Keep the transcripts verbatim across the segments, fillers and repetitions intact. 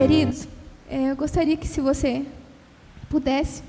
Queridos, eu gostaria que, se você pudesse,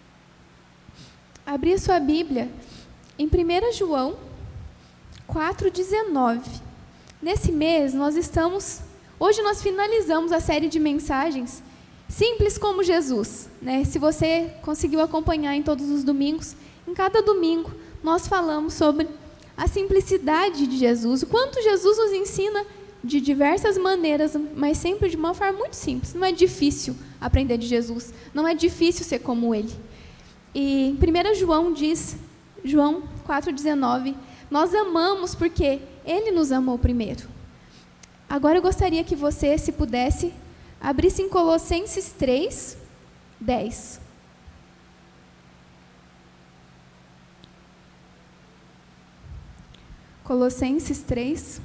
abrir sua Bíblia em primeiro João quatro, dezenove. Nesse mês, nós estamos... Hoje nós finalizamos a série de mensagens Simples como Jesus, né? Se você conseguiu acompanhar em todos os domingos, em cada domingo nós falamos sobre a simplicidade de Jesus, o quanto Jesus nos ensina de diversas maneiras, mas sempre de uma forma muito simples. Não é difícil aprender de Jesus, não é difícil ser como Ele. E em primeiro João diz, João quatro, dezenove, nós amamos porque Ele nos amou primeiro. Agora eu gostaria que você, se pudesse, abrisse em Colossenses três, dez. Colossenses três,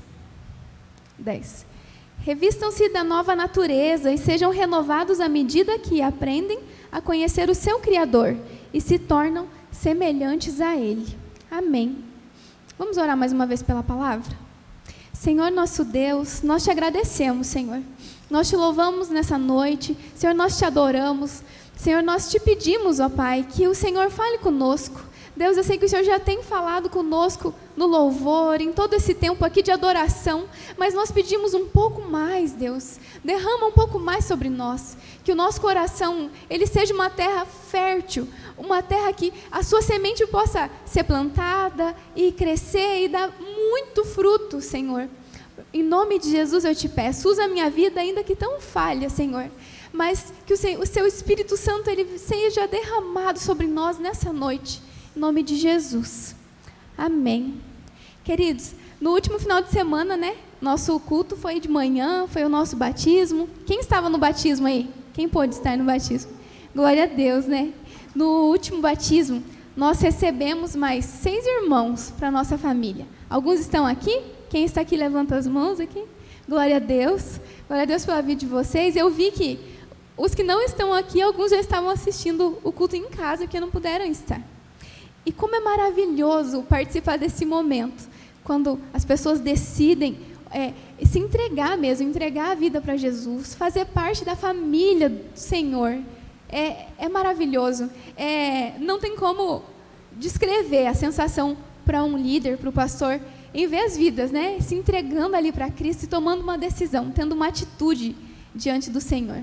dez. Revistam-se da nova natureza e sejam renovados à medida que aprendem a conhecer o seu Criador e se tornam semelhantes a Ele. Amém. Vamos orar mais uma vez pela palavra? Senhor nosso Deus, nós te agradecemos, Senhor. Nós te louvamos nessa noite. Senhor, nós te adoramos. Senhor, nós te pedimos, ó Pai, que o Senhor fale conosco. Deus, eu sei que o Senhor já tem falado conosco no louvor, em todo esse tempo aqui de adoração, mas nós pedimos um pouco mais, Deus. Derrama um pouco mais sobre nós, que o nosso coração, ele seja uma terra fértil, uma terra que a sua semente possa ser plantada e crescer e dar muito fruto, Senhor. Em nome de Jesus eu te peço, usa a minha vida ainda que tão falha, Senhor, mas que o seu, o seu Espírito Santo ele seja derramado sobre nós nessa noite. Em nome de Jesus. Amém. Queridos, no último final de semana, né? Nosso culto foi de manhã, foi o nosso batismo. Quem estava no batismo aí? Quem pôde estar no batismo? Glória a Deus, né? No último batismo, nós recebemos mais seis irmãos para a nossa família. Alguns estão aqui? Quem está aqui, levanta as mãos aqui. Glória a Deus. Glória a Deus pela vida de vocês. Eu vi que os que não estão aqui, alguns já estavam assistindo o culto em casa, porque não puderam estar. E como é maravilhoso participar desse momento, quando as pessoas decidem é, se entregar mesmo, entregar a vida para Jesus, fazer parte da família do Senhor. É, é maravilhoso. É, não tem como descrever a sensação para um líder, para o pastor, em ver as vidas, né, se entregando ali para Cristo e tomando uma decisão, tendo uma atitude diante do Senhor.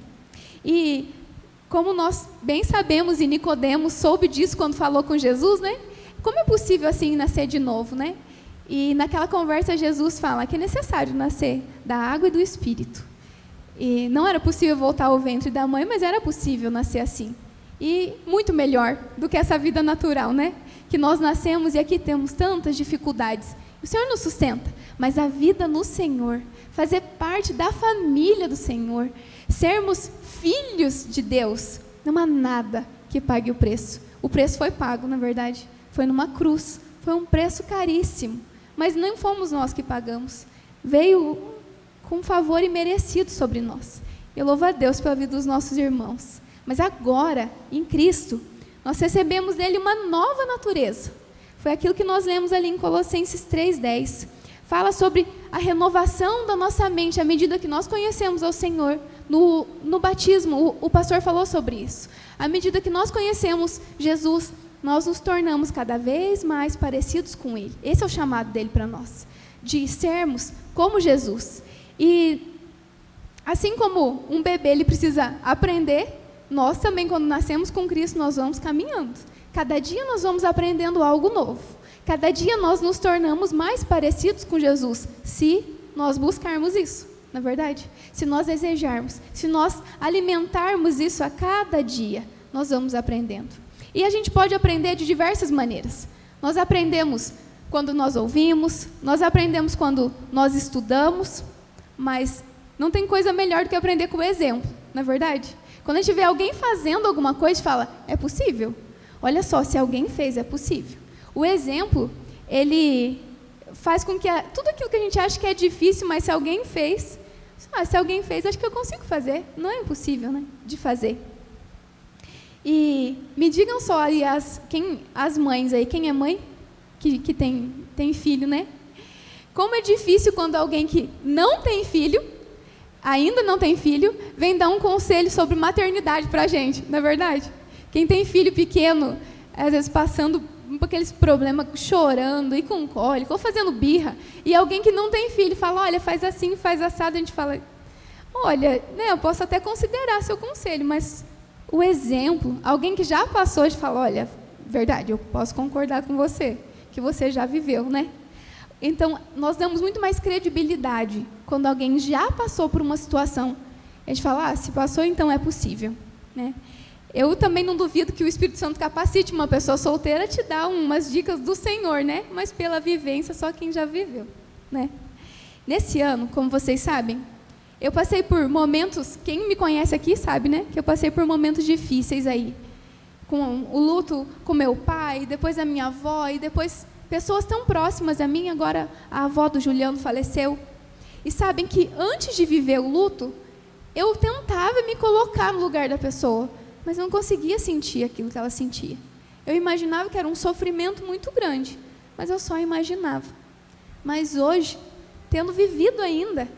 E como nós bem sabemos, e Nicodemos soube disso quando falou com Jesus, né? Como é possível assim nascer de novo, né? E naquela conversa Jesus fala que é necessário nascer da água e do Espírito. E não era possível voltar ao ventre da mãe, mas era possível nascer assim. E muito melhor do que essa vida natural, né? Que nós nascemos e aqui temos tantas dificuldades. O Senhor nos sustenta, mas a vida no Senhor, fazer parte da família do Senhor, sermos filhos de Deus, não há nada que pague o preço. O preço foi pago, na verdade, foi numa cruz, foi um preço caríssimo, mas não fomos nós que pagamos, veio com favor imerecido sobre nós. Eu louvo a Deus pela vida dos nossos irmãos, mas agora, em Cristo, nós recebemos nele uma nova natureza. Foi aquilo que nós lemos ali em Colossenses três, dez. Fala sobre a renovação da nossa mente à medida que nós conhecemos ao Senhor. No, no batismo, o, o pastor falou sobre isso. À medida que nós conhecemos Jesus, nós nos tornamos cada vez mais parecidos com Ele. Esse é o chamado dele para nós, de sermos como Jesus. E assim como um bebê ele precisa aprender, nós também, quando nascemos com Cristo, nós vamos caminhando. Cada dia nós vamos aprendendo algo novo. Cada dia nós nos tornamos mais parecidos com Jesus, se nós buscarmos isso, na verdade. Se nós desejarmos, se nós alimentarmos isso a cada dia, nós vamos aprendendo. E a gente pode aprender de diversas maneiras. Nós aprendemos quando nós ouvimos, nós aprendemos quando nós estudamos, mas não tem coisa melhor do que aprender com o exemplo, na verdade. Quando a gente vê alguém fazendo alguma coisa, a gente fala, é possível? Olha só, se alguém fez, é possível. O exemplo, ele faz com que a, tudo aquilo que a gente acha que é difícil, mas se alguém fez, ah, se alguém fez, acho que eu consigo fazer. Não é impossível, né, de fazer. E me digam só, aí, as, quem, as mães aí, quem é mãe que, que tem, tem filho, né? Como é difícil quando alguém que não tem filho ainda não tem filho, vem dar um conselho sobre maternidade para a gente, não é verdade? Quem tem filho pequeno, às vezes passando por aqueles problemas, chorando, e com cólica, ou fazendo birra, e alguém que não tem filho fala, olha, faz assim, faz assado, a gente fala, olha, né, eu posso até considerar seu conselho, mas o exemplo, alguém que já passou, a gente fala, olha, verdade, eu posso concordar com você, que você já viveu, né? Então, nós damos muito mais credibilidade quando alguém já passou por uma situação. A gente fala, ah, se passou, então é possível, né? Eu também não duvido que o Espírito Santo capacite uma pessoa solteira a te dar umas dicas do Senhor, né? Mas pela vivência, só quem já viveu, né? Nesse ano, como vocês sabem, eu passei por momentos, quem me conhece aqui sabe, né? Que eu passei por momentos difíceis aí. Com o luto com meu pai, depois a minha avó, e depois pessoas tão próximas a mim, agora a avó do Juliano faleceu. E sabem que antes de viver o luto, eu tentava me colocar no lugar da pessoa, mas não conseguia sentir aquilo que ela sentia. Eu imaginava que era um sofrimento muito grande, mas eu só imaginava. Mas hoje, tendo vivido ainda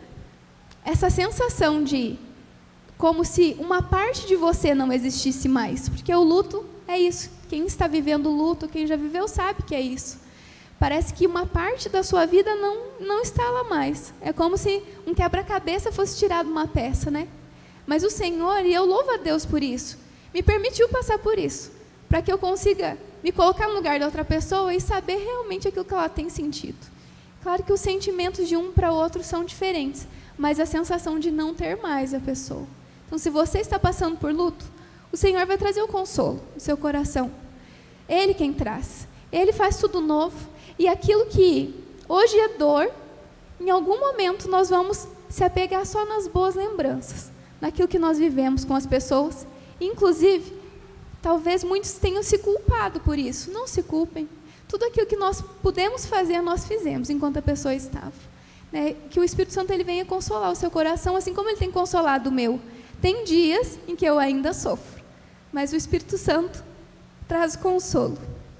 essa sensação de como se uma parte de você não existisse mais, porque o luto é isso. Quem está vivendo o luto, quem já viveu, sabe que é isso. Parece que uma parte da sua vida não, não está lá mais. É como se um quebra-cabeça fosse tirado uma peça, né? Mas o Senhor, e eu louvo a Deus por isso, me permitiu passar por isso, para que eu consiga me colocar no lugar da outra pessoa e saber realmente aquilo que ela tem sentido. Claro que os sentimentos de um para o outro são diferentes, mas a sensação de não ter mais a pessoa. Então, se você está passando por luto, o Senhor vai trazer o consolo no seu coração. Ele quem traz. Ele faz tudo novo. E aquilo que hoje é dor, em algum momento nós vamos se apegar só nas boas lembranças, naquilo que nós vivemos com as pessoas. Inclusive, talvez muitos tenham se culpado por isso. Não se culpem. Tudo aquilo que nós pudemos fazer, nós fizemos enquanto a pessoa estava. Né? Que o Espírito Santo ele venha consolar o seu coração, assim como ele tem consolado o meu. Tem dias em que eu ainda sofro, mas o Espírito Santo traz consolo.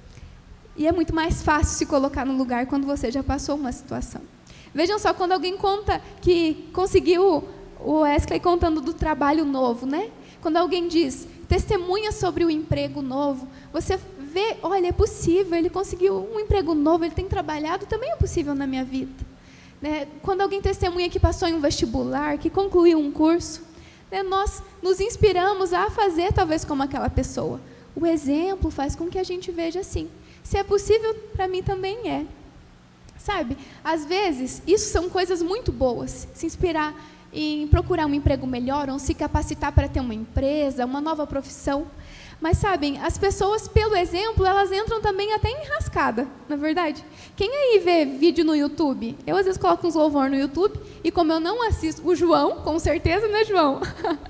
E é muito mais fácil se colocar no lugar quando você já passou uma situação. Vejam só, quando alguém conta que conseguiu, o Wesley contando do trabalho novo, né? Quando alguém diz, testemunha sobre o emprego novo, você vê, olha, é possível, ele conseguiu um emprego novo, ele tem trabalhado, também é possível na minha vida. Né? Quando alguém testemunha que passou em um vestibular, que concluiu um curso, né? Nós nos inspiramos a fazer talvez como aquela pessoa. O exemplo faz com que a gente veja assim. Se é possível, para mim também é. Sabe, às vezes, isso são coisas muito boas. Se inspirar em procurar um emprego melhor, ou se capacitar para ter uma empresa, uma nova profissão. Mas, sabem, as pessoas, pelo exemplo, elas entram também até em enrascada, não é verdade? Quem aí vê vídeo no YouTube? Eu, às vezes, coloco uns louvor no YouTube, e como eu não assisto... O João, com certeza, né, João?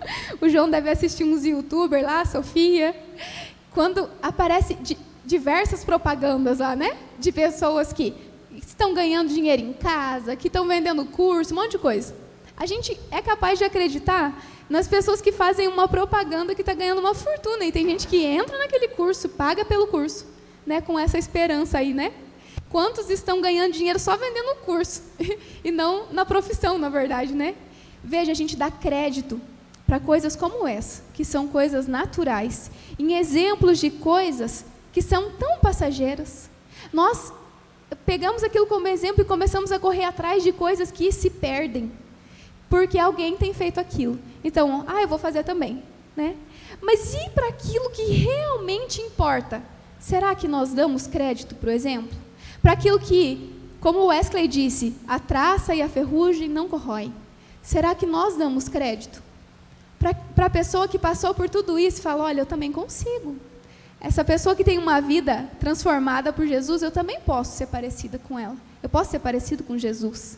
O João deve assistir uns youtubers lá, a Sofia. Quando aparece... De, diversas propagandas lá, né? De pessoas que estão ganhando dinheiro em casa, que estão vendendo curso, um monte de coisa. A gente é capaz de acreditar nas pessoas que fazem uma propaganda que está ganhando uma fortuna. E tem gente que entra naquele curso, paga pelo curso, né? Com essa esperança aí, né? Quantos estão ganhando dinheiro só vendendo o curso? E não na profissão, na verdade, né? Veja, a gente dá crédito para coisas como essa, que são coisas naturais, em exemplos de coisas que são tão passageiras. Nós pegamos aquilo como exemplo e começamos a correr atrás de coisas que se perdem, porque alguém tem feito aquilo. Então, ah, eu vou fazer também, né? Mas e para aquilo que realmente importa? Será que nós damos crédito, por exemplo? Para aquilo que, como o Wesley disse, a traça e a ferrugem não corroem. Será que nós damos crédito? Para a pessoa que passou por tudo isso e fala, olha, eu também consigo. Essa pessoa que tem uma vida transformada por Jesus, eu também posso ser parecida com ela. Eu posso ser parecido com Jesus.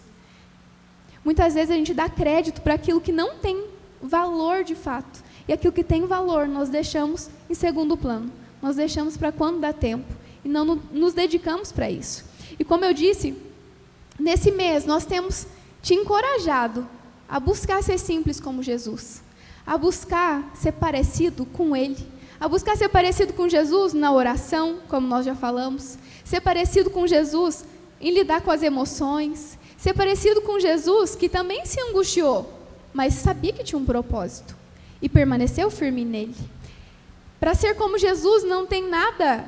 Muitas vezes a gente dá crédito para aquilo que não tem valor de fato. E aquilo que tem valor nós deixamos em segundo plano. Nós deixamos para quando dá tempo. E não nos dedicamos para isso. E como eu disse, nesse mês nós temos te encorajado a buscar ser simples como Jesus. A buscar ser parecido com Ele. A buscar ser parecido com Jesus na oração, como nós já falamos. Ser parecido com Jesus em lidar com as emoções. Ser parecido com Jesus que também se angustiou mas sabia que tinha um propósito e permaneceu firme nele. Para ser como Jesus não tem nada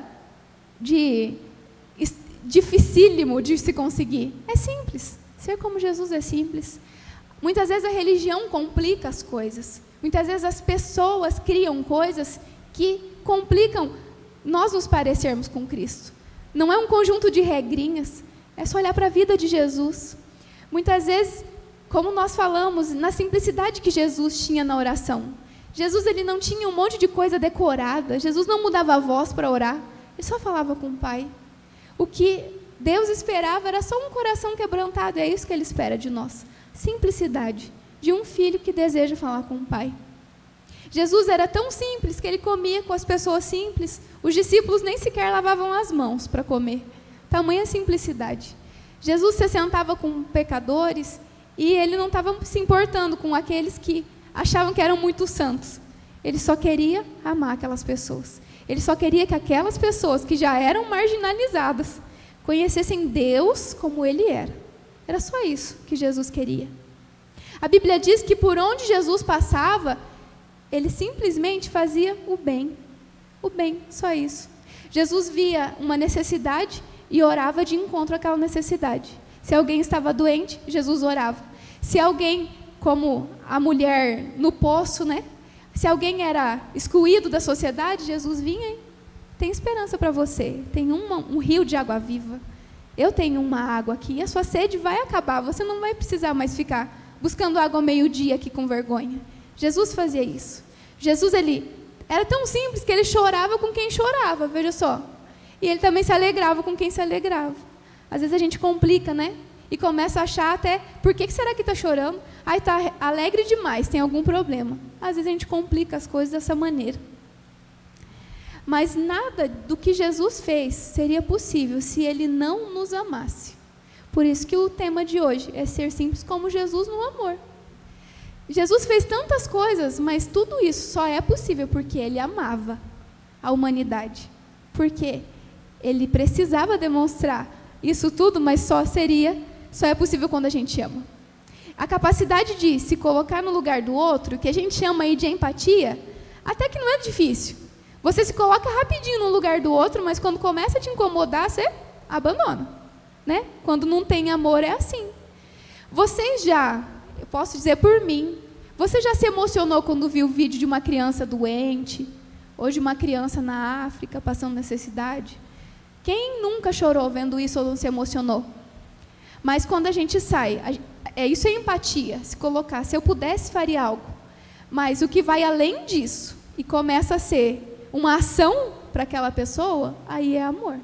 de dificílimo de se conseguir. É simples. Ser como Jesus é simples. Muitas vezes a religião complica as coisas. Muitas vezes as pessoas criam coisas que complicam nós nos parecermos com Cristo. Não é um conjunto de regrinhas, é só olhar para a vida de Jesus. Muitas vezes, como nós falamos, na simplicidade que Jesus tinha na oração. Jesus ele não tinha um monte de coisa decorada, Jesus não mudava a voz para orar, ele só falava com o Pai. O que Deus esperava era só um coração quebrantado, e é isso que Ele espera de nós. Simplicidade, de um filho que deseja falar com o Pai. Jesus era tão simples que Ele comia com as pessoas simples, os discípulos nem sequer lavavam as mãos para comer, tamanha simplicidade. Jesus se sentava com pecadores e Ele não estava se importando com aqueles que achavam que eram muito santos. Ele só queria amar aquelas pessoas. Ele só queria que aquelas pessoas que já eram marginalizadas conhecessem Deus como Ele era. Era só isso que Jesus queria. A Bíblia diz que por onde Jesus passava, Ele simplesmente fazia o bem. O bem, só isso. Jesus via uma necessidade e orava de encontro àquela necessidade. Se alguém estava doente, Jesus orava. Se alguém, como a mulher no poço, né? Se alguém era excluído da sociedade, Jesus vinha e tem esperança para você. Tem uma, um rio de água viva. Eu tenho uma água aqui e a sua sede vai acabar. Você não vai precisar mais ficar buscando água ao meio-dia aqui com vergonha. Jesus fazia isso. Jesus, ele era tão simples que ele chorava com quem chorava, veja só. E ele também se alegrava com quem se alegrava. Às vezes a gente complica, né? E começa a achar até, por que será que está chorando? Ai, está alegre demais, tem algum problema. Às vezes a gente complica as coisas dessa maneira. Mas nada do que Jesus fez seria possível se Ele não nos amasse. Por isso que o tema de hoje é ser simples como Jesus no amor. Jesus fez tantas coisas, mas tudo isso só é possível porque Ele amava a humanidade. Porque Ele precisava demonstrar isso tudo, mas só seria, só é possível quando a gente ama. A capacidade de se colocar no lugar do outro, que a gente chama aí de empatia, até que não é difícil. Você se coloca rapidinho no lugar do outro, mas quando começa a te incomodar, você abandona, né? Quando não tem amor, é assim. Vocês já, eu posso dizer por mim, você já se emocionou quando viu o vídeo de uma criança doente, ou de uma criança na África passando necessidade? Quem nunca chorou vendo isso ou não se emocionou? Mas quando a gente sai, a, é, isso é empatia, se colocar, se eu pudesse faria algo. Mas o que vai além disso, e começa a ser uma ação para aquela pessoa, aí é amor.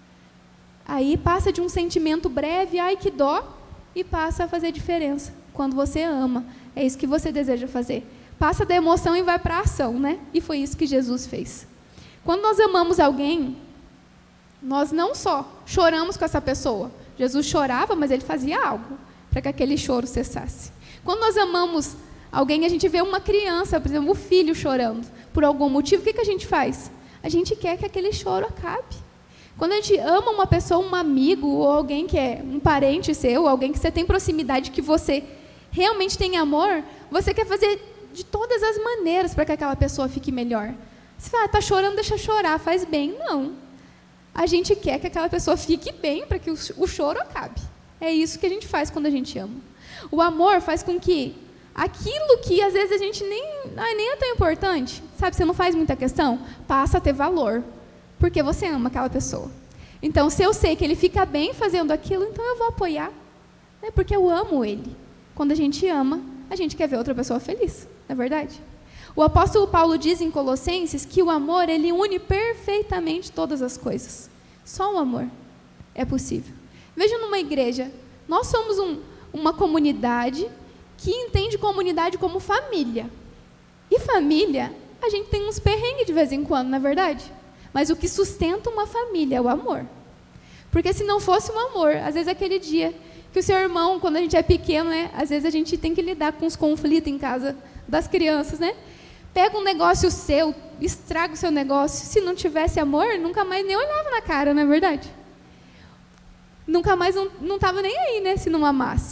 Aí passa de um sentimento breve, ai que dó, e passa a fazer diferença. Quando você ama, é isso que você deseja fazer. Passa da emoção e vai para a ação, né? E foi isso que Jesus fez. Quando nós amamos alguém, nós não só choramos com essa pessoa. Jesus chorava, mas Ele fazia algo para que aquele choro cessasse. Quando nós amamos alguém, a gente vê uma criança, por exemplo, o filho chorando por algum motivo, o que, que a gente faz? A gente quer que aquele choro acabe. Quando a gente ama uma pessoa, um amigo, ou alguém que é um parente seu, alguém que você tem proximidade, que você realmente tem amor, você quer fazer de todas as maneiras para que aquela pessoa fique melhor. Você fala, está chorando, deixa chorar, faz bem. Não. A gente quer que aquela pessoa fique bem para que o choro acabe. É isso que a gente faz quando a gente ama. O amor faz com que aquilo que às vezes a gente nem, ah, nem é tão importante, sabe, você não faz muita questão, passa a ter valor, porque você ama aquela pessoa. Então, se eu sei que ele fica bem fazendo aquilo, então eu vou apoiar, né, porque eu amo ele. Quando a gente ama, a gente quer ver outra pessoa feliz, não é verdade? O apóstolo Paulo diz em Colossenses que o amor, ele une perfeitamente todas as coisas. Só o amor é possível. Veja numa igreja, nós somos um, uma comunidade que entende comunidade como família. E família, a gente tem uns perrengues de vez em quando, não é verdade? Mas o que sustenta uma família é o amor. Porque se não fosse o amor, às vezes aquele dia que o seu irmão, quando a gente é pequeno, né, às vezes a gente tem que lidar com os conflitos em casa das crianças, né? Pega um negócio seu, estraga o seu negócio. Se não tivesse amor, nunca mais nem olhava na cara, não é verdade? Nunca mais não estava nem aí, né, se não amasse.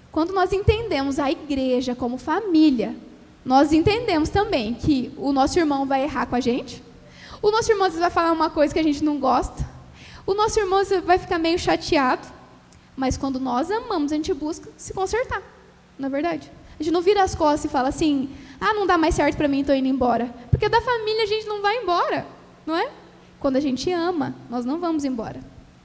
Quando nós entendemos a igreja como família, nós entendemos também que o nosso irmão vai errar com a gente, o nosso irmão às vezes vai falar uma coisa que a gente não gosta, o nosso irmão vai ficar meio chateado, mas quando nós amamos, a gente busca se consertar, não é verdade? A gente não vira as costas e fala assim, ah, não dá mais certo para mim, estou indo embora. Porque da família a gente não vai embora, não é? Quando a gente ama, nós não vamos embora.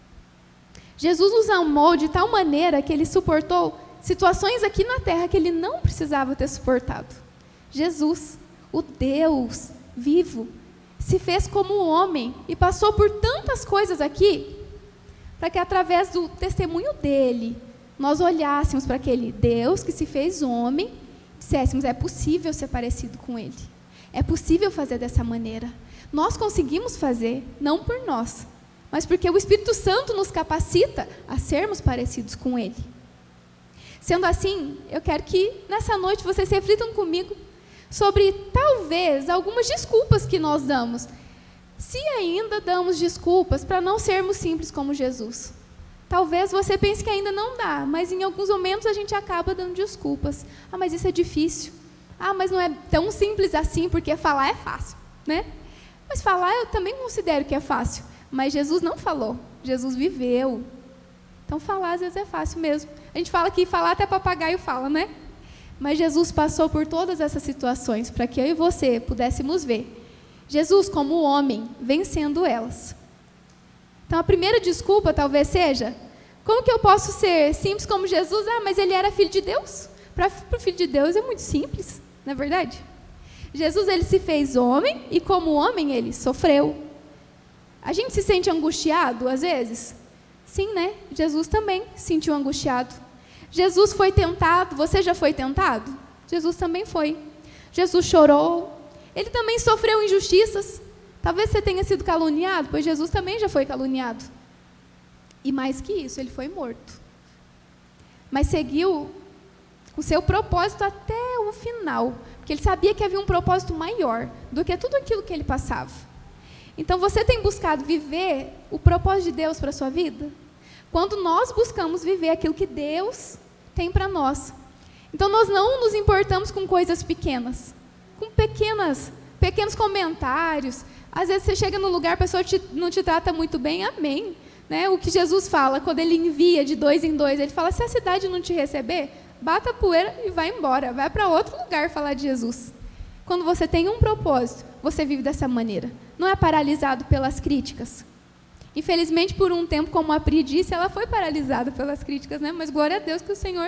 Jesus nos amou de tal maneira que Ele suportou situações aqui na terra que Ele não precisava ter suportado. Jesus, o Deus vivo, se fez como homem e passou por tantas coisas aqui, para que através do testemunho dEle, nós olhássemos para aquele Deus que se fez homem, disséssemos, é possível ser parecido com Ele. É possível fazer dessa maneira. Nós conseguimos fazer, não por nós, mas porque o Espírito Santo nos capacita a sermos parecidos com Ele. Sendo assim, eu quero que nessa noite vocês reflitam comigo sobre, talvez, algumas desculpas que nós damos. Se ainda damos desculpas para não sermos simples como Jesus. Talvez você pense que ainda não dá, mas em alguns momentos a gente acaba dando desculpas. Ah, mas isso é difícil. Ah, mas não é tão simples assim, porque falar é fácil, né? Mas falar eu também considero que é fácil. Mas Jesus não falou, Jesus viveu. Então falar às vezes é fácil mesmo. A gente fala que falar até papagaio fala, né? Mas Jesus passou por todas essas situações para que eu e você pudéssemos ver Jesus como homem vencendo elas. Então a primeira desculpa talvez seja, como que eu posso ser simples como Jesus? Ah, mas Ele era filho de Deus. Para o filho de Deus é muito simples, não é verdade? Jesus, Ele se fez homem e como homem Ele sofreu. A gente se sente angustiado às vezes? Sim, né? Jesus também se sentiu angustiado. Jesus foi tentado, você já foi tentado? Jesus também foi. Jesus chorou, Ele também sofreu injustiças. Talvez você tenha sido caluniado, pois Jesus também já foi caluniado. E mais que isso, Ele foi morto. Mas seguiu o seu propósito até o final, porque Ele sabia que havia um propósito maior do que tudo aquilo que Ele passava. Então, você tem buscado viver o propósito de Deus para a sua vida? Quando nós buscamos viver aquilo que Deus tem para nós. Então, nós não nos importamos com coisas pequenas, com pequenas, pequenos comentários. Às vezes, você chega num lugar, a pessoa te, não te trata muito bem, amém. Né? O que Jesus fala, quando Ele envia de dois em dois, Ele fala, se a cidade não te receber, bata a poeira e vai embora, vai para outro lugar falar de Jesus. Quando você tem um propósito, você vive dessa maneira. Não é paralisado pelas críticas. Infelizmente, por um tempo, como a Pri disse, ela foi paralisada pelas críticas, né? Mas glória a Deus que o Senhor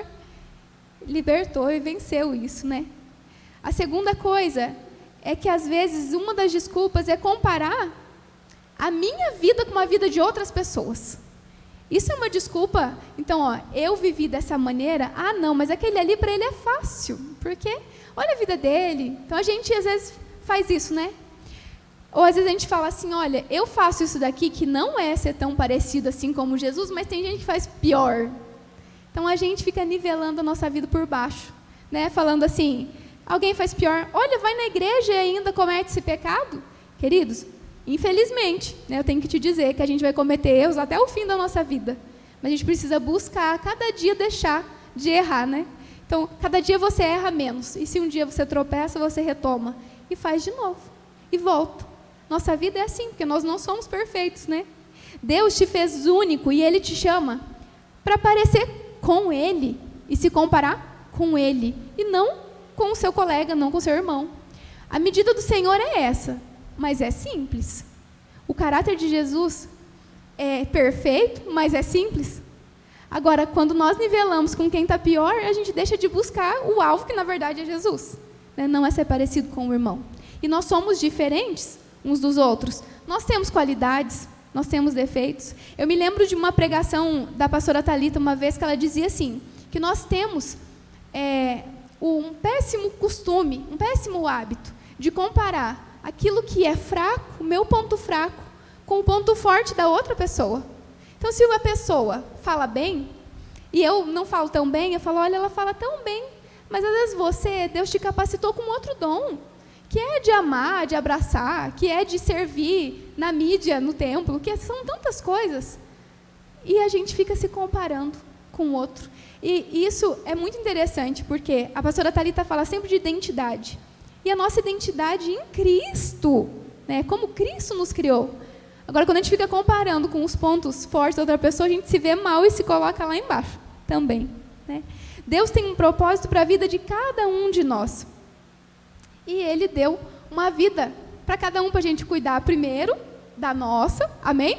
libertou e venceu isso, né? A segunda coisa é que, às vezes, uma das desculpas é comparar a minha vida com a vida de outras pessoas. Isso é uma desculpa. Então, ó, eu vivi dessa maneira, ah, não, mas aquele ali para ele é fácil, porque olha a vida dele. Então, a gente, às vezes, faz isso, né? Ou às vezes a gente fala assim, olha, eu faço isso daqui que não é ser tão parecido assim como Jesus, mas tem gente que faz pior. Então a gente fica nivelando a nossa vida por baixo, né? Falando assim, alguém faz pior, olha, vai na igreja e ainda comete esse pecado. Queridos, infelizmente, né, eu tenho que te dizer que a gente vai cometer erros até o fim da nossa vida. Mas a gente precisa buscar, cada dia deixar de errar, né? Então, cada dia você erra menos. E se um dia você tropeça, você retoma. E faz de novo. E volta. Nossa vida é assim, porque nós não somos perfeitos, né? Deus te fez único e Ele te chama para parecer com Ele e se comparar com Ele e não com o seu colega, não com o seu irmão. A medida do Senhor é essa, mas é simples. O caráter de Jesus é perfeito, mas é simples. Agora, quando nós nivelamos com quem está pior, a gente deixa de buscar o alvo que na verdade é Jesus, né? Não é ser parecido com o irmão. E nós somos diferentes uns dos outros. Nós temos qualidades, nós temos defeitos. Eu me lembro de uma pregação da pastora Thalita, uma vez que ela dizia assim, que nós temos é, um péssimo costume, um péssimo hábito de comparar aquilo que é fraco, o meu ponto fraco, com o ponto forte da outra pessoa. Então, se uma pessoa fala bem, e eu não falo tão bem, eu falo, olha, ela fala tão bem, mas às vezes você, Deus te capacitou com outro dom, que é de amar, de abraçar, que é de servir na mídia, no templo, que são tantas coisas. E a gente fica se comparando com o outro. E isso é muito interessante, porque a pastora Thalita fala sempre de identidade. E a nossa identidade em Cristo, né? Como Cristo nos criou. Agora, quando a gente fica comparando com os pontos fortes da outra pessoa, a gente se vê mal e se coloca lá embaixo também, né? Deus tem um propósito para a vida de cada um de nós. E Ele deu uma vida para cada um, para a gente cuidar primeiro da nossa, amém?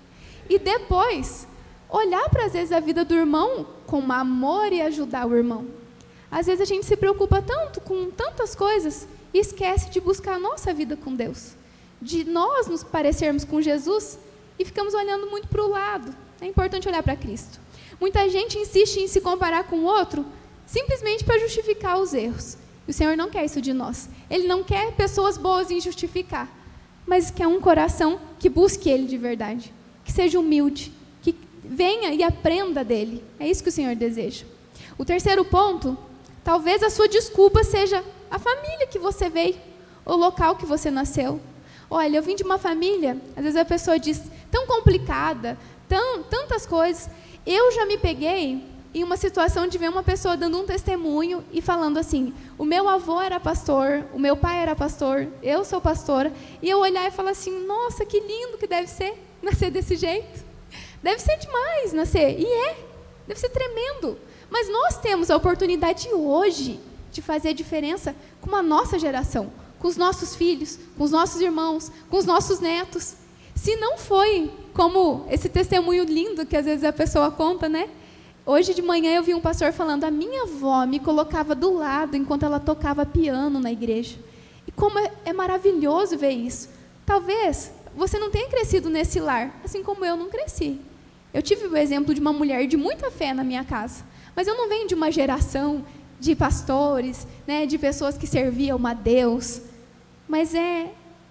E depois, olhar para, às vezes, a vida do irmão com amor e ajudar o irmão. Às vezes a gente se preocupa tanto com tantas coisas e esquece de buscar a nossa vida com Deus. De nós nos parecermos com Jesus e ficamos olhando muito para o lado. É importante olhar para Cristo. Muita gente insiste em se comparar com o outro simplesmente para justificar os erros. E o Senhor não quer isso de nós. Ele não quer pessoas boas em justificar, mas quer um coração que busque Ele de verdade, que seja humilde, que venha e aprenda dEle. É isso que o Senhor deseja. O terceiro ponto, talvez a sua desculpa seja a família que você veio, o local que você nasceu. Olha, eu vim de uma família, às vezes a pessoa diz, tão complicada, tão, tantas coisas. Eu já me peguei em uma situação de ver uma pessoa dando um testemunho e falando assim, o meu avô era pastor, o meu pai era pastor, eu sou pastora, e eu olhar e falar assim, nossa, que lindo que deve ser nascer desse jeito. Deve ser demais nascer, e é, deve ser tremendo. Mas nós temos a oportunidade hoje de fazer a diferença com a nossa geração, com os nossos filhos, com os nossos irmãos, com os nossos netos. Se não foi como esse testemunho lindo que às vezes a pessoa conta, né? Hoje de manhã eu vi um pastor falando, a minha avó me colocava do lado enquanto ela tocava piano na igreja. E como é, é maravilhoso ver isso. Talvez você não tenha crescido nesse lar, assim como eu não cresci. Eu tive o exemplo de uma mulher de muita fé na minha casa, mas eu não venho de uma geração de pastores, né, de pessoas que serviam a Deus. Mas é,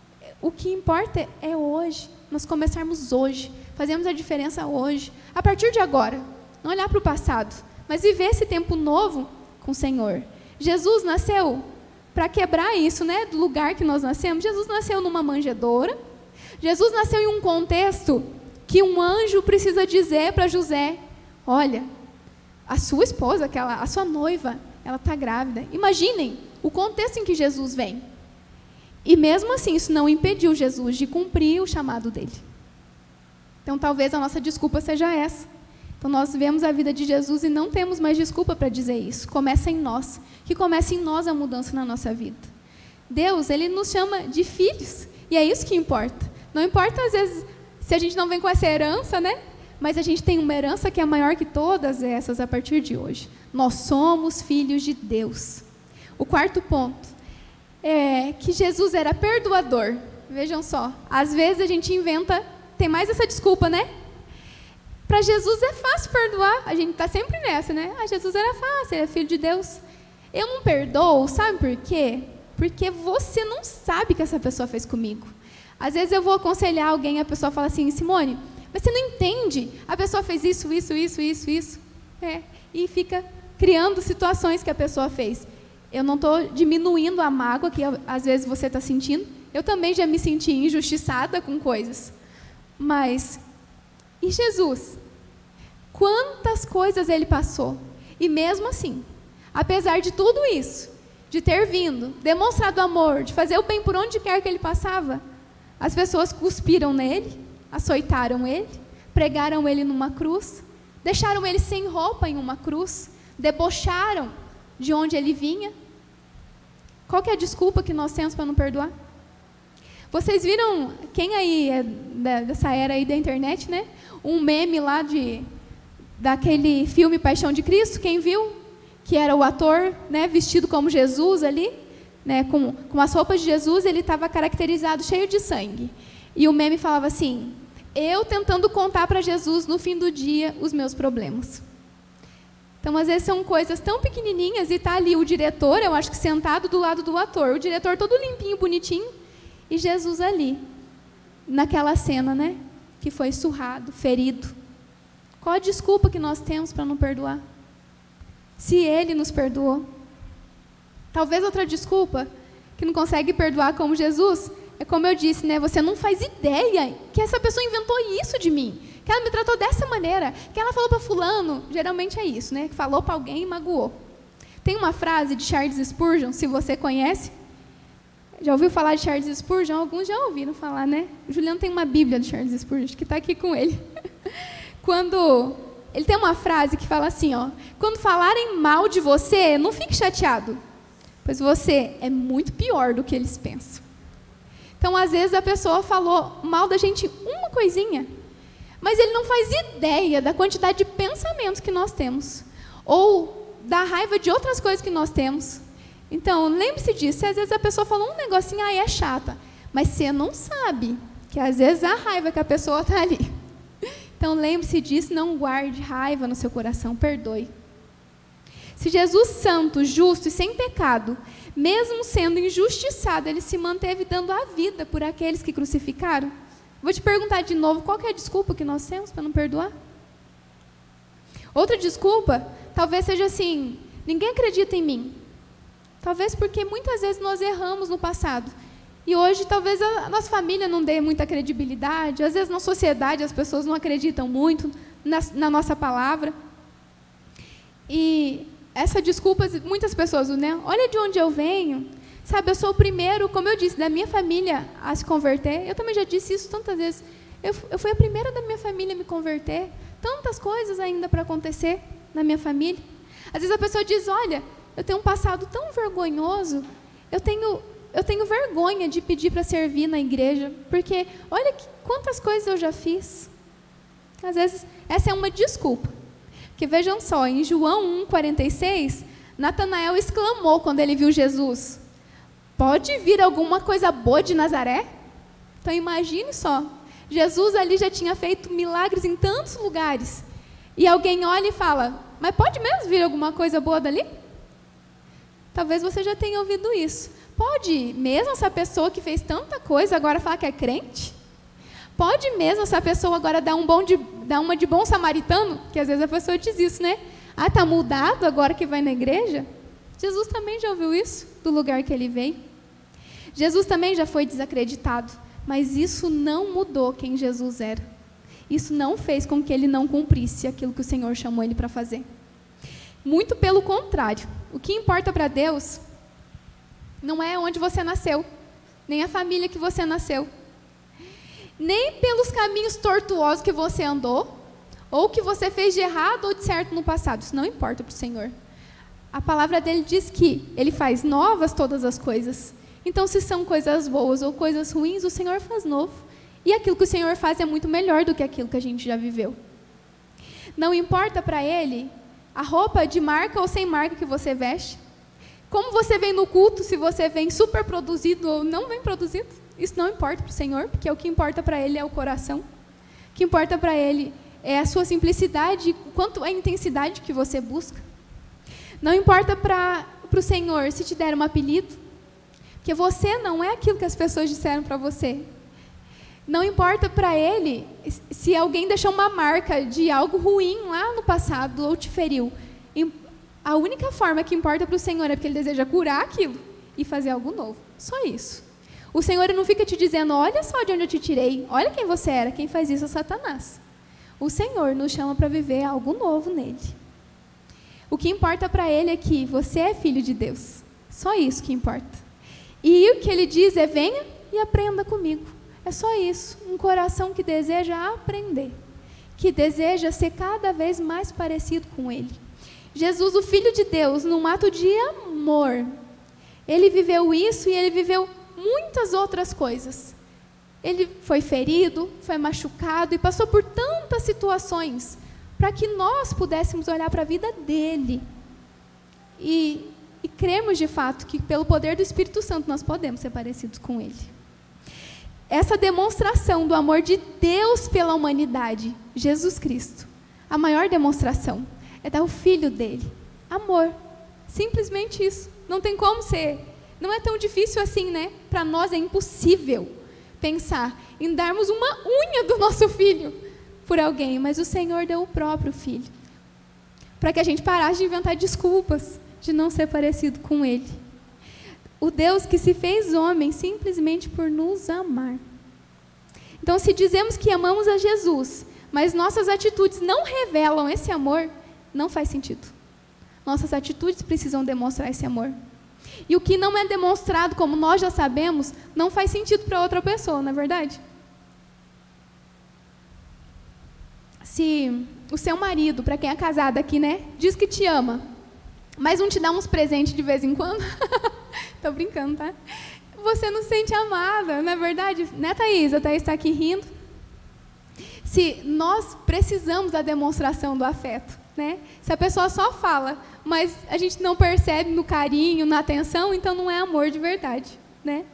o que importa é hoje, nós começarmos hoje, fazemos a diferença hoje, a partir de agora. Não olhar para o passado, mas viver esse tempo novo com o Senhor. Jesus nasceu para quebrar isso, né, do lugar que nós nascemos. Jesus nasceu numa manjedoura. Jesus nasceu em um contexto que um anjo precisa dizer para José, olha, a sua esposa, aquela, a sua noiva, ela está grávida. Imaginem o contexto em que Jesus vem. E mesmo assim, isso não impediu Jesus de cumprir o chamado dele. Então, talvez a nossa desculpa seja essa. Então, nós vemos a vida de Jesus e não temos mais desculpa para dizer isso. Começa em nós. Que comece em nós a mudança na nossa vida. Deus, Ele nos chama de filhos. E é isso que importa. Não importa, às vezes, se a gente não vem com essa herança, né? Mas a gente tem uma herança que é maior que todas essas a partir de hoje. Nós somos filhos de Deus. O quarto ponto é que Jesus era perdoador. Vejam só. Às vezes a gente inventa, tem mais essa desculpa, né? Para Jesus é fácil perdoar, a gente está sempre nessa, né? Ah, Jesus era fácil, ele é filho de Deus. Eu não perdoo, sabe por quê? Porque você não sabe o que essa pessoa fez comigo. Às vezes eu vou aconselhar alguém e a pessoa fala assim, Simone, mas você não entende, a pessoa fez isso, isso, isso, isso, isso. É, e fica criando situações que a pessoa fez. Eu não estou diminuindo a mágoa que às vezes você está sentindo, eu também já me senti injustiçada com coisas. Mas... E Jesus, quantas coisas Ele passou, e mesmo assim, apesar de tudo isso, de ter vindo, demonstrado amor, de fazer o bem por onde quer que Ele passava, as pessoas cuspiram nele, açoitaram Ele, pregaram Ele numa cruz, deixaram Ele sem roupa em uma cruz, debocharam de onde Ele vinha. Qual que é a desculpa que nós temos para não perdoar? Vocês viram, quem aí é dessa era aí da internet, né? Um meme lá de, daquele filme Paixão de Cristo, quem viu? Que era o ator, né, vestido como Jesus ali, né, com, com as roupas de Jesus, ele estava caracterizado, cheio de sangue. E o meme falava assim, eu tentando contar para Jesus, no fim do dia, os meus problemas. Então, às vezes, são coisas tão pequenininhas, e está ali o diretor, eu acho que sentado do lado do ator, o diretor todo limpinho, bonitinho, e Jesus ali, naquela cena, né? Que foi surrado, ferido. Qual a desculpa que nós temos para não perdoar? Se Ele nos perdoou. Talvez outra desculpa, que não consegue perdoar como Jesus, é como eu disse, né? Você não faz ideia que essa pessoa inventou isso de mim, que ela me tratou dessa maneira, que ela falou para fulano, geralmente é isso, né? Que falou para alguém e magoou. Tem uma frase de Charles Spurgeon, se você conhece, já ouviu falar de Charles Spurgeon? Alguns já ouviram falar, né? O Juliano tem uma Bíblia de Charles Spurgeon, que está aqui com ele. Quando ele tem uma frase que fala assim, ó, quando falarem mal de você, não fique chateado, pois você é muito pior do que eles pensam. Então, às vezes, a pessoa falou mal da gente uma coisinha, mas ele não faz ideia da quantidade de pensamentos que nós temos, ou da raiva de outras coisas que nós temos. Então, lembre-se disso, se às vezes a pessoa falou um negocinho, aí é chata, mas você não sabe que às vezes a raiva que a pessoa está ali. Então, lembre-se disso, não guarde raiva no seu coração, perdoe. Se Jesus santo, justo e sem pecado, mesmo sendo injustiçado, ele se manteve dando a vida por aqueles que crucificaram, vou te perguntar de novo, qual que é a desculpa que nós temos para não perdoar? Outra desculpa, talvez seja assim, ninguém acredita em mim. Talvez porque muitas vezes nós erramos no passado. E hoje talvez a nossa família não dê muita credibilidade, às vezes na sociedade as pessoas não acreditam muito na, na nossa palavra. E essa desculpa, muitas pessoas, né? Olha de onde eu venho, sabe, eu sou o primeiro, como eu disse, da minha família a se converter. Eu também já disse isso tantas vezes. Eu, eu fui a primeira da minha família a me converter. Tantas coisas ainda para acontecer na minha família. Às vezes a pessoa diz, olha, eu tenho um passado tão vergonhoso, eu tenho, eu tenho vergonha de pedir para servir na igreja, porque olha que, quantas coisas eu já fiz. Às vezes, essa é uma desculpa. Porque vejam só, em João um, quarenta e seis, Natanael exclamou quando ele viu Jesus, pode vir alguma coisa boa de Nazaré? Então imagine só, Jesus ali já tinha feito milagres em tantos lugares, e alguém olha e fala, mas pode mesmo vir alguma coisa boa dali? Talvez você já tenha ouvido isso. Pode mesmo essa pessoa que fez tanta coisa agora falar que é crente? Pode mesmo essa pessoa agora dar, um bom de, dar uma de bom samaritano? Que às vezes a pessoa diz isso, né? Ah, está mudado agora que vai na igreja? Jesus também já ouviu isso, do lugar que ele veio. Jesus também já foi desacreditado, mas isso não mudou quem Jesus era. Isso não fez com que ele não cumprisse aquilo que o Senhor chamou ele para fazer. Muito pelo contrário, o que importa para Deus não é onde você nasceu, nem a família que você nasceu, nem pelos caminhos tortuosos que você andou, ou que você fez de errado ou de certo no passado. Isso não importa para o Senhor. A palavra dele diz que ele faz novas todas as coisas. Então, se são coisas boas ou coisas ruins, o Senhor faz novo. E aquilo que o Senhor faz é muito melhor do que aquilo que a gente já viveu. Não importa para ele a roupa de marca ou sem marca que você veste, como você vem no culto, se você vem super produzido ou não vem produzido, isso não importa para o Senhor, porque o que importa para ele é o coração. O que importa para ele é a sua simplicidade, quanto a intensidade que você busca. Não importa para o Senhor se te der um apelido, porque você não é aquilo que as pessoas disseram para você. Não importa para ele se alguém deixou uma marca de algo ruim lá no passado ou te feriu. A única forma que importa para o Senhor é porque ele deseja curar aquilo e fazer algo novo. Só isso. O Senhor não fica te dizendo, olha só de onde eu te tirei, olha quem você era, quem faz isso é Satanás. O Senhor nos chama para viver algo novo nele. O que importa para ele é que você é filho de Deus. Só isso que importa. E o que ele diz é, venha e aprenda comigo. É só isso, um coração que deseja aprender, que deseja ser cada vez mais parecido com ele. Jesus, o Filho de Deus, num ato de amor, ele viveu isso e ele viveu muitas outras coisas. Ele foi ferido, foi machucado e passou por tantas situações para que nós pudéssemos olhar para a vida dele e, e crermos de fato que pelo poder do Espírito Santo nós podemos ser parecidos com ele. Essa demonstração do amor de Deus pela humanidade, Jesus Cristo, a maior demonstração é dar o Filho dele, amor, simplesmente isso, não tem como ser, não é tão difícil assim, né? Para nós é impossível pensar em darmos uma unha do nosso filho por alguém, mas o Senhor deu o próprio Filho, para que a gente parasse de inventar desculpas de não ser parecido com ele. O Deus que se fez homem simplesmente por nos amar. Então, se dizemos que amamos a Jesus, mas nossas atitudes não revelam esse amor, não faz sentido. Nossas atitudes precisam demonstrar esse amor. E o que não é demonstrado, como nós já sabemos, não faz sentido para outra pessoa, não é verdade? Se o seu marido, para quem é casado aqui, né, diz que te ama, mas não te dá uns presentes de vez em quando, tô brincando, tá? Você não se sente amada, não é verdade? Né, Thaís? A Thaís está aqui rindo. Se nós precisamos da demonstração do afeto, né? Se a pessoa só fala, mas a gente não percebe no carinho, na atenção, então não é amor de verdade, né?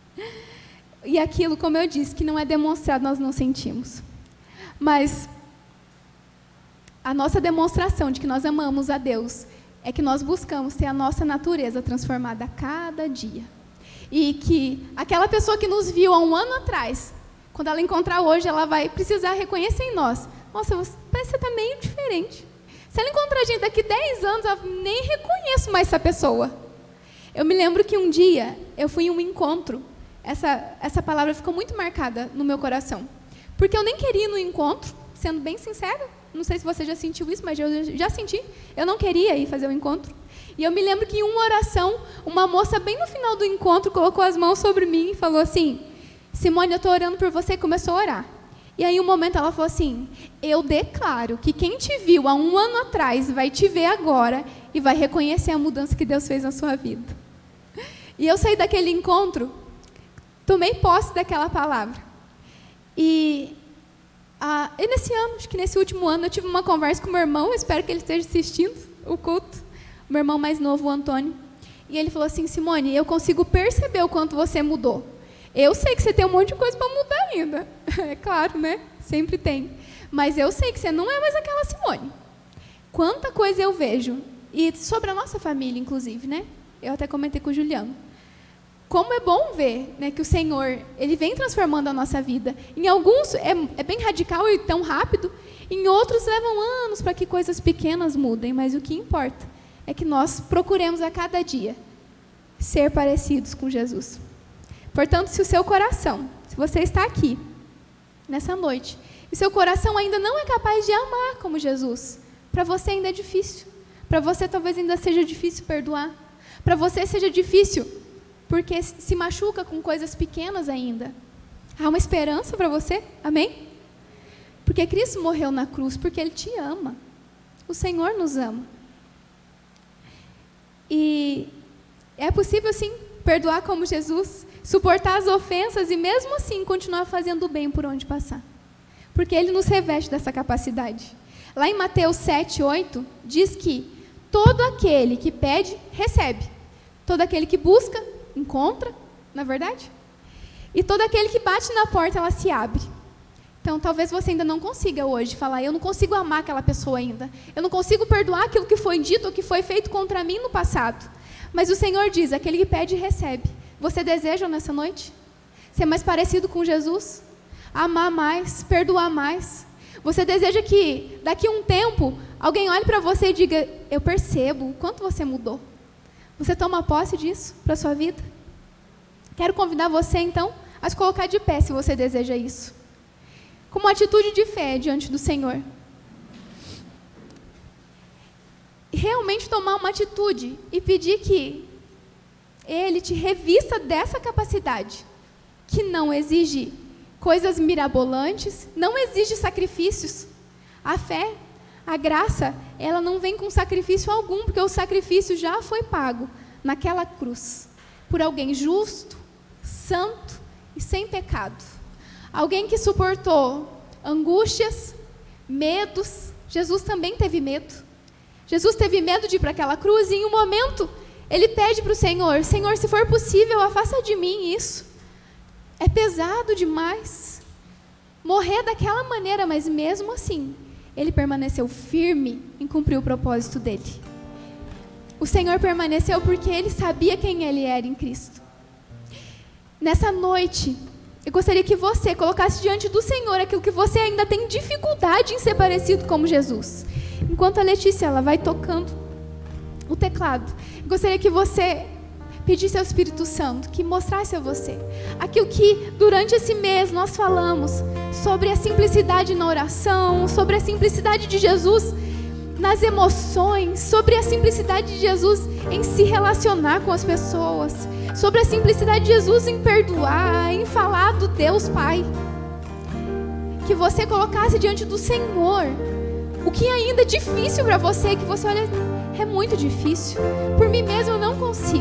E aquilo, como eu disse, que não é demonstrado, nós não sentimos. Mas a nossa demonstração de que nós amamos a Deus é que nós buscamos ter a nossa natureza transformada a cada dia. E que aquela pessoa que nos viu há um ano atrás, quando ela encontrar hoje, ela vai precisar reconhecer em nós. Nossa, você, parece que você está meio diferente. Se ela encontrar a gente daqui dez anos, eu nem reconheço mais essa pessoa. Eu me lembro que um dia eu fui em um encontro. Essa, essa palavra ficou muito marcada no meu coração. Porque eu nem queria ir no encontro, sendo bem sincera. Não sei se você já sentiu isso, mas eu já senti. Eu não queria ir fazer o encontro. E eu me lembro que em uma oração, uma moça bem no final do encontro colocou as mãos sobre mim e falou assim: Simone, eu estou orando por você, e começou a orar. E aí, um momento, ela falou assim: eu declaro que quem te viu há um ano atrás vai te ver agora e vai reconhecer a mudança que Deus fez na sua vida. E eu saí daquele encontro, tomei posse daquela palavra. E, ah, e nesse ano, acho que nesse último ano, eu tive uma conversa com meu irmão, espero que ele esteja assistindo o culto, meu irmão mais novo, o Antônio. E ele falou assim: Simone, eu consigo perceber o quanto você mudou. Eu sei que você tem um monte de coisa para mudar ainda. É claro, né? Sempre tem. Mas eu sei que você não é mais aquela Simone. Quanta coisa eu vejo. E sobre a nossa família, inclusive, né? Eu até comentei com o Juliano. Como é bom ver, né, que o Senhor, Ele vem transformando a nossa vida. Em alguns é, é bem radical e tão rápido. Em outros levam anos para que coisas pequenas mudem. Mas o que importa é que nós procuremos a cada dia ser parecidos com Jesus. Portanto, se o seu coração, se você está aqui, nessa noite, e seu coração ainda não é capaz de amar como Jesus, para você ainda é difícil. Para você talvez ainda seja difícil perdoar. Para você seja difícil, porque se machuca com coisas pequenas ainda. Há uma esperança para você? Amém? Porque Cristo morreu na cruz, porque Ele te ama. O Senhor nos ama. E é possível, sim, perdoar como Jesus, suportar as ofensas e mesmo assim continuar fazendo o bem por onde passar. Porque Ele nos reveste dessa capacidade. Lá em Mateus sete, oito, diz que todo aquele que pede, recebe. Todo aquele que busca, encontra, não é verdade? E todo aquele que bate na porta, ela se abre. Então, talvez você ainda não consiga hoje falar: eu não consigo amar aquela pessoa ainda. Eu não consigo perdoar aquilo que foi dito ou que foi feito contra mim no passado. Mas o Senhor diz: aquele que pede, recebe. Você deseja nessa noite ser mais parecido com Jesus? Amar mais, perdoar mais? Você deseja que daqui a um tempo alguém olhe para você e diga: eu percebo o quanto você mudou? Você toma posse disso para a sua vida? Quero convidar você então a se colocar de pé, se você deseja isso, como uma atitude de fé diante do Senhor. Realmente tomar uma atitude e pedir que Ele te revista dessa capacidade, que não exige coisas mirabolantes, não exige sacrifícios. A fé, a graça, ela não vem com sacrifício algum, porque o sacrifício já foi pago naquela cruz, por alguém justo, santo e sem pecado. Alguém que suportou angústias, medos. Jesus também teve medo. Jesus teve medo de ir para aquela cruz e em um momento Ele pede para o Senhor: Senhor, se for possível, afasta de mim isso. É pesado demais morrer daquela maneira, mas mesmo assim, Ele permaneceu firme em cumprir o propósito dEle. O Senhor permaneceu porque Ele sabia quem Ele era em Cristo. Nessa noite, eu gostaria que você colocasse diante do Senhor aquilo que você ainda tem dificuldade em ser parecido como Jesus. Enquanto a Letícia ela vai tocando o teclado, eu gostaria que você pedisse ao Espírito Santo que mostrasse a você aquilo que durante esse mês nós falamos sobre a simplicidade na oração, sobre a simplicidade de Jesus nas emoções, sobre a simplicidade de Jesus em se relacionar com as pessoas, sobre a simplicidade de Jesus em perdoar, em falar do Deus Pai. Que você colocasse diante do Senhor o que ainda é difícil para você, que você olha, é muito difícil, por mim mesmo eu não consigo.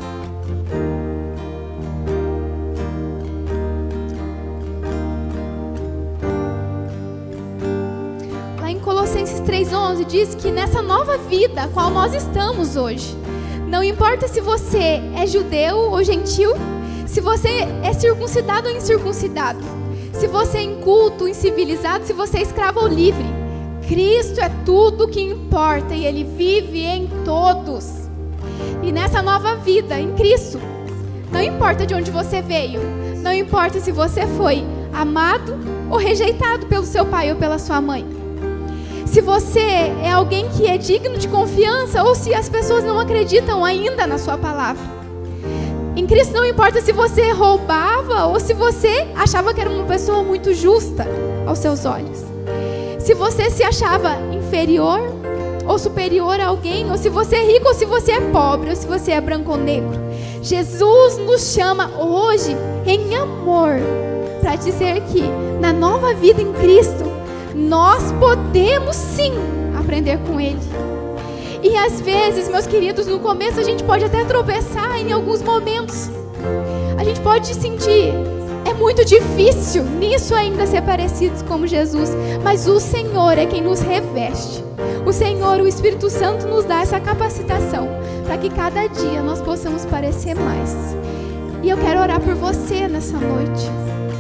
Lá em Colossenses três onze diz que nessa nova vida a qual nós estamos hoje, não importa se você é judeu ou gentil, se você é circuncidado ou incircuncidado, se você é inculto ou incivilizado, se você é escravo ou livre, Cristo é tudo o que importa e Ele vive em todos. E nessa nova vida em Cristo, não importa de onde você veio, não importa se você foi amado ou rejeitado pelo seu pai ou pela sua mãe, se você é alguém que é digno de confiança ou se as pessoas não acreditam ainda na sua palavra. Em Cristo não importa se você roubava ou se você achava que era uma pessoa muito justa aos seus olhos. Se você se achava inferior ou superior a alguém, ou se você é rico ou se você é pobre, ou se você é branco ou negro. Jesus nos chama hoje em amor para dizer que na nova vida em Cristo nós podemos sim aprender com Ele. E às vezes, meus queridos, no começo a gente pode até tropeçar em alguns momentos. A gente pode sentir, é muito difícil nisso ainda ser parecidos como Jesus. Mas o Senhor é quem nos reveste. O Senhor, o Espírito Santo, nos dá essa capacitação para que cada dia nós possamos parecer mais. E eu quero orar por você nessa noite.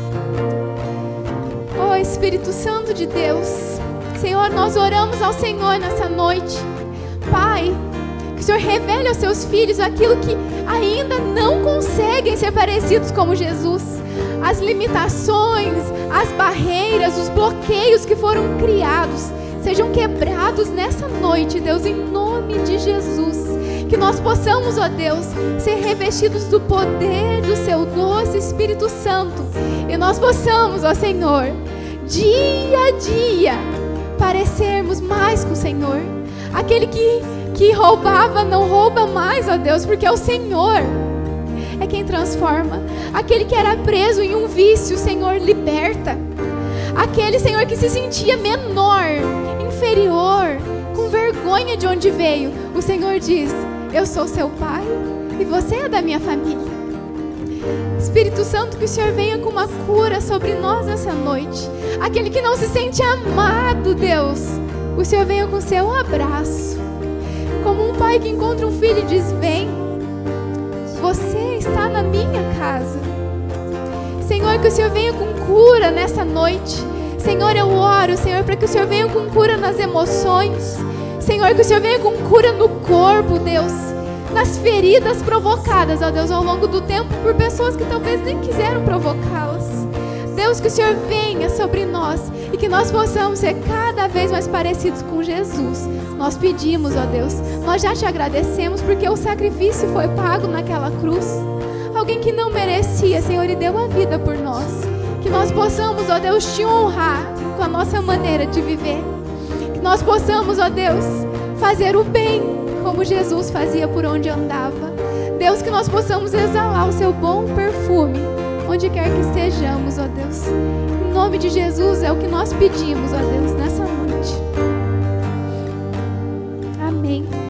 Oh, Espírito Santo de Deus, Senhor, nós oramos ao Senhor nessa noite. Pai, que o Senhor revele aos seus filhos aquilo que ainda não conseguem ser parecidos como Jesus. As limitações, as barreiras, os bloqueios que foram criados sejam quebrados nessa noite, Deus, em nome de Jesus. Que nós possamos, ó Deus, ser revestidos do poder do Seu doce Espírito Santo. E nós possamos, ó Senhor, dia a dia, parecermos mais com o Senhor. Aquele que, que roubava não rouba mais, ó Deus, porque é o Senhor é quem transforma. Aquele que era preso em um vício, o Senhor liberta. Aquele, Senhor, que se sentia menor, inferior, com vergonha de onde veio, o Senhor diz: eu sou seu pai e você é da minha família. Espírito Santo, que o Senhor venha com uma cura sobre nós nessa noite. Aquele que não se sente amado, Deus, o Senhor venha com seu abraço. Como um pai que encontra um filho e diz: vem, você está na minha casa. Senhor, que o Senhor venha com cura nessa noite. Senhor, eu oro, Senhor, para que o Senhor venha com cura nas emoções. Senhor, que o Senhor venha com cura no corpo, Deus, nas feridas provocadas, ó Deus, ao longo do tempo por pessoas que talvez nem quiseram provocá-las. Deus, que o Senhor venha sobre nós e que nós possamos ser cada vez mais parecidos com Jesus. Nós pedimos, ó Deus, nós já te agradecemos porque o sacrifício foi pago naquela cruz. Alguém que não merecia, Senhor, e deu a vida por nós. Que nós possamos, ó Deus, te honrar com a nossa maneira de viver. Que nós possamos, ó Deus, fazer o bem como Jesus fazia por onde andava. Deus, que nós possamos exalar o seu bom perfume onde quer que estejamos, ó Deus. Em nome de Jesus é o que nós pedimos, ó Deus, nessa noite. Amém.